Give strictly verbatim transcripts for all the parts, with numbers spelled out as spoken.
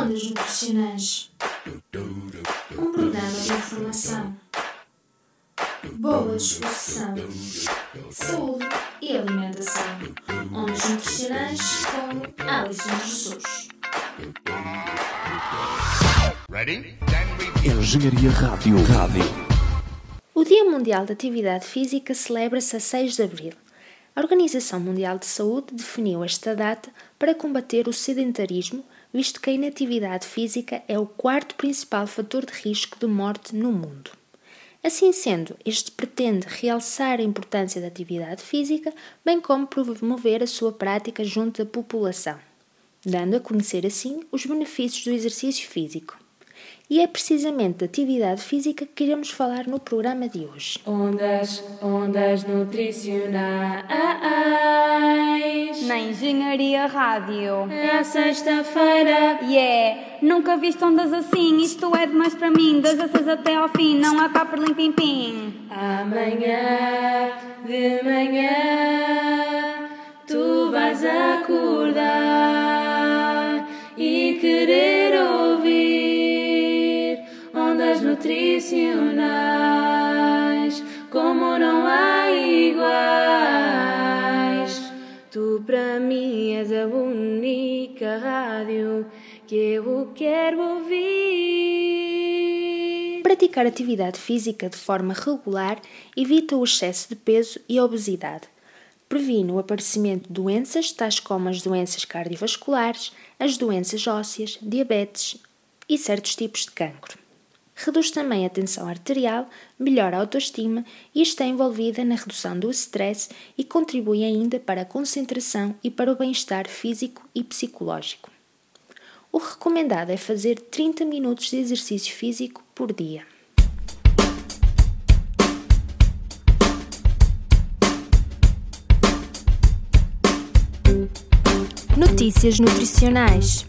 Ondas Nutricionais, um programa de informação, boa disposição, saúde e alimentação. Ondas Nutricionais com Alison Jesus. Engenharia Rádio. Rádio. O Dia Mundial da Atividade Física celebra-se a seis de abril. A Organização Mundial de Saúde definiu esta data para combater o sedentarismo, visto que a inatividade física é o quarto principal fator de risco de morte no mundo. Assim sendo, este pretende realçar a importância da atividade física, bem como promover a sua prática junto da população, dando a conhecer assim os benefícios do exercício físico. E é precisamente da atividade física que iremos falar no programa de hoje. Ondas, ondas nutricionais. Na Engenharia Rádio. É a sexta-feira. Yeah, nunca viste ondas assim. Isto é demais para mim. Das seis até ao fim, não há cá por lim-pim-pim. Amanhã de manhã tu vais acordar e querer ouvir ondas nutricionais, como não há iguais. Tu para mim és a única rádio que eu quero ouvir. Praticar atividade física de forma regular evita o excesso de peso e a obesidade. Previne o aparecimento de doenças tais como as doenças cardiovasculares, as doenças ósseas, diabetes e certos tipos de cancro. Reduz também a tensão arterial, melhora a autoestima e está envolvida na redução do stress e contribui ainda para a concentração e para o bem-estar físico e psicológico. O recomendado é fazer trinta minutos de exercício físico por dia. Notícias nutricionais.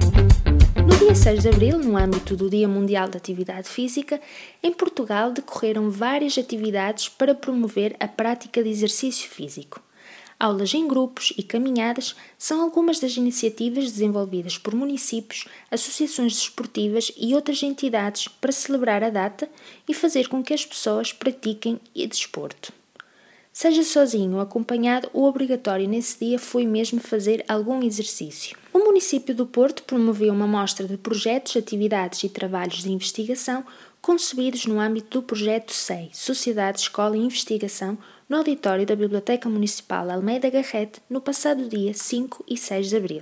No dia seis de abril, no âmbito do Dia Mundial da Atividade Física, em Portugal decorreram várias atividades para promover a prática de exercício físico. Aulas em grupos e caminhadas são algumas das iniciativas desenvolvidas por municípios, associações desportivas e outras entidades para celebrar a data e fazer com que as pessoas pratiquem desporto. Seja sozinho ou acompanhado, o obrigatório nesse dia foi mesmo fazer algum exercício. O município do Porto promoveu uma mostra de projetos, atividades e trabalhos de investigação concebidos no âmbito do projeto S E I, Sociedade, Escola e Investigação, no auditório da Biblioteca Municipal Almeida Garrett, no passado dia cinco e seis de abril.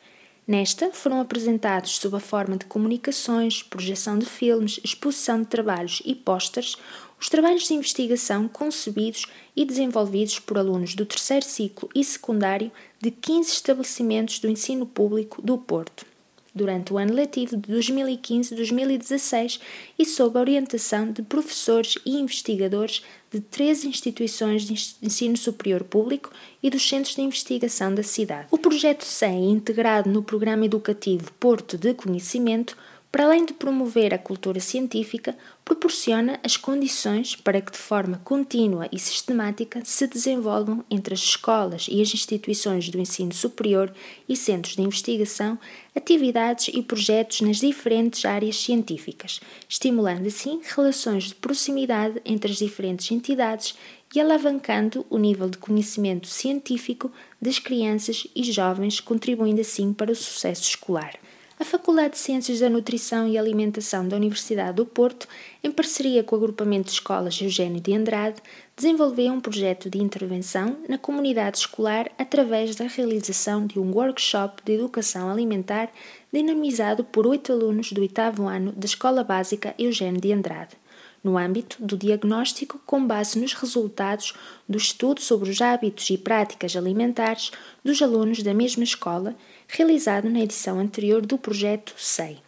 Nesta, foram apresentados, sob a forma de comunicações, projeção de filmes, exposição de trabalhos e pósteres, os trabalhos de investigação concebidos e desenvolvidos por alunos do terceiro ciclo e secundário de quinze estabelecimentos do ensino público do Porto, durante o ano letivo de dois mil e quinze a dois mil e dezasseis e sob a orientação de professores e investigadores de treze instituições de ensino superior público e dos centros de investigação da cidade. O projeto S E I, integrado no Programa Educativo Porto de Conhecimento, para além de promover a cultura científica, proporciona as condições para que de forma contínua e sistemática se desenvolvam entre as escolas e as instituições do ensino superior e centros de investigação atividades e projetos nas diferentes áreas científicas, estimulando assim relações de proximidade entre as diferentes entidades e alavancando o nível de conhecimento científico das crianças e jovens, contribuindo assim para o sucesso escolar. A Faculdade de Ciências da Nutrição e Alimentação da Universidade do Porto, em parceria com o Agrupamento de Escolas Eugênio de Andrade, desenvolveu um projeto de intervenção na comunidade escolar através da realização de um workshop de educação alimentar dinamizado por oito alunos do oitavo ano da Escola Básica Eugênio de Andrade, no âmbito do diagnóstico com base nos resultados do estudo sobre os hábitos e práticas alimentares dos alunos da mesma escola, realizado na edição anterior do projeto S E I.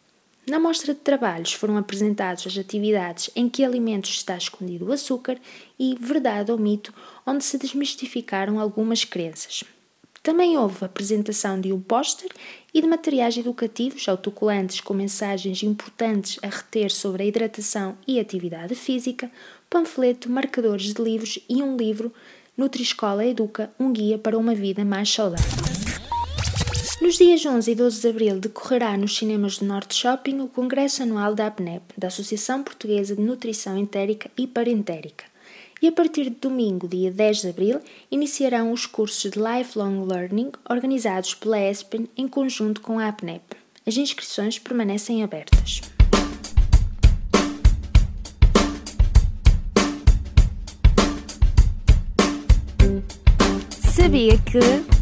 Na mostra de trabalhos foram apresentadas as atividades em que alimentos está escondido o açúcar e verdade ou mito, onde se desmistificaram algumas crenças. Também houve a apresentação de um póster e de materiais educativos autocolantes com mensagens importantes a reter sobre a hidratação e atividade física, panfleto, marcadores de livros e um livro Nutri-Escola Educa, um guia para uma vida mais saudável. Nos dias onze e doze de abril decorrerá nos cinemas do Norte Shopping o Congresso Anual da A P N E P, da Associação Portuguesa de Nutrição Entérica e Parentérica. E a partir de domingo, dia dez de abril, iniciarão os cursos de Lifelong Learning organizados pela E S P N em conjunto com a A P N E P. As inscrições permanecem abertas. Sabia que...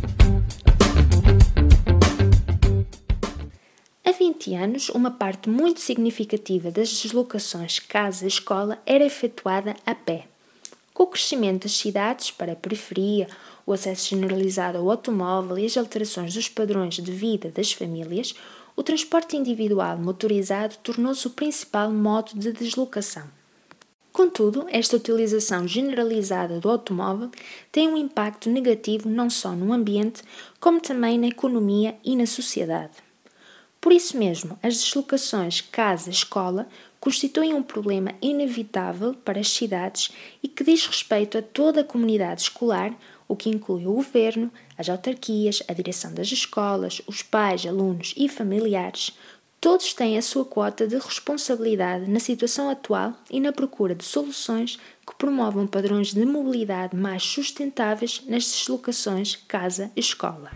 Há vinte anos, uma parte muito significativa das deslocações casa-escola era efetuada a pé. Com o crescimento das cidades para a periferia, o acesso generalizado ao automóvel e as alterações dos padrões de vida das famílias, o transporte individual motorizado tornou-se o principal modo de deslocação. Contudo, esta utilização generalizada do automóvel tem um impacto negativo não só no ambiente, como também na economia e na sociedade. Por isso mesmo, as deslocações casa-escola constituem um problema inevitável para as cidades e que diz respeito a toda a comunidade escolar, o que inclui o governo, as autarquias, a direção das escolas, os pais, alunos e familiares. Todos têm a sua quota de responsabilidade na situação atual e na procura de soluções que promovam padrões de mobilidade mais sustentáveis nas deslocações casa-escola.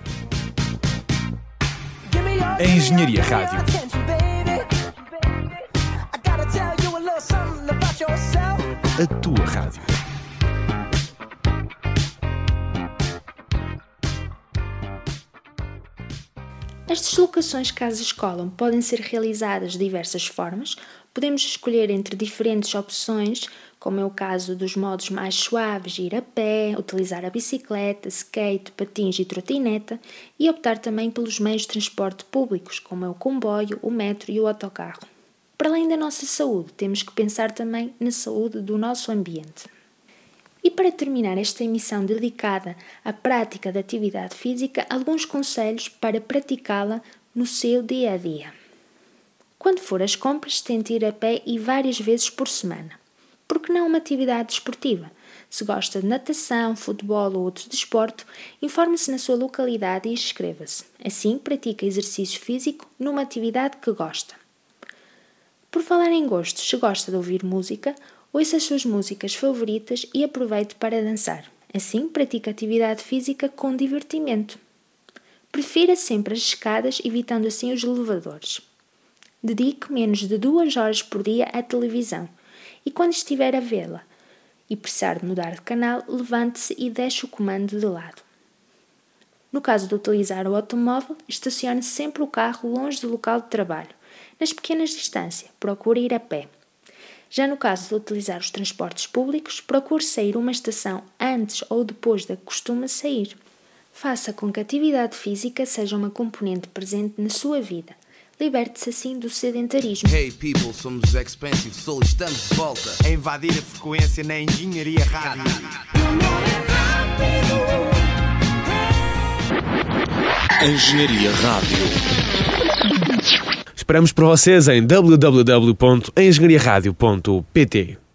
A Engenharia Rádio. A tua rádio. As deslocações casa-escola podem ser realizadas de diversas formas. Podemos escolher entre diferentes opções, como é o caso dos modos mais suaves, ir a pé, utilizar a bicicleta, skate, patins e trotineta, e optar também pelos meios de transporte públicos, como é o comboio, o metro e o autocarro. Para além da nossa saúde, temos que pensar também na saúde do nosso ambiente. E para terminar esta emissão dedicada à prática da atividade física, alguns conselhos para praticá-la no seu dia a dia. Quando for às compras, tente ir a pé e várias vezes por semana. Por que não uma atividade desportiva? Se gosta de natação, futebol ou outro desporto, informe-se na sua localidade e inscreva-se. Assim, pratica exercício físico numa atividade que gosta. Por falar em gostos, se gosta de ouvir música, ouça as suas músicas favoritas e aproveite para dançar. Assim, pratica atividade física com divertimento. Prefira sempre as escadas, evitando assim os elevadores. Dedique menos de duas horas por dia à televisão e quando estiver a vê-la e precisar de mudar de canal, levante-se e deixe o comando de lado. No caso de utilizar o automóvel, estacione sempre o carro longe do local de trabalho. Nas pequenas distâncias, procure ir a pé. Já no caso de utilizar os transportes públicos, procure sair uma estação antes ou depois da que costuma sair. Faça com que a atividade física seja uma componente presente na sua vida. Liberte-se assim do sedentarismo. Hey people, somos Expensive Soul, estamos de volta a invadir a frequência na Engenharia Rádio. Engenharia Rádio. Esperamos por vocês em w w w ponto engenharia rádio ponto p t.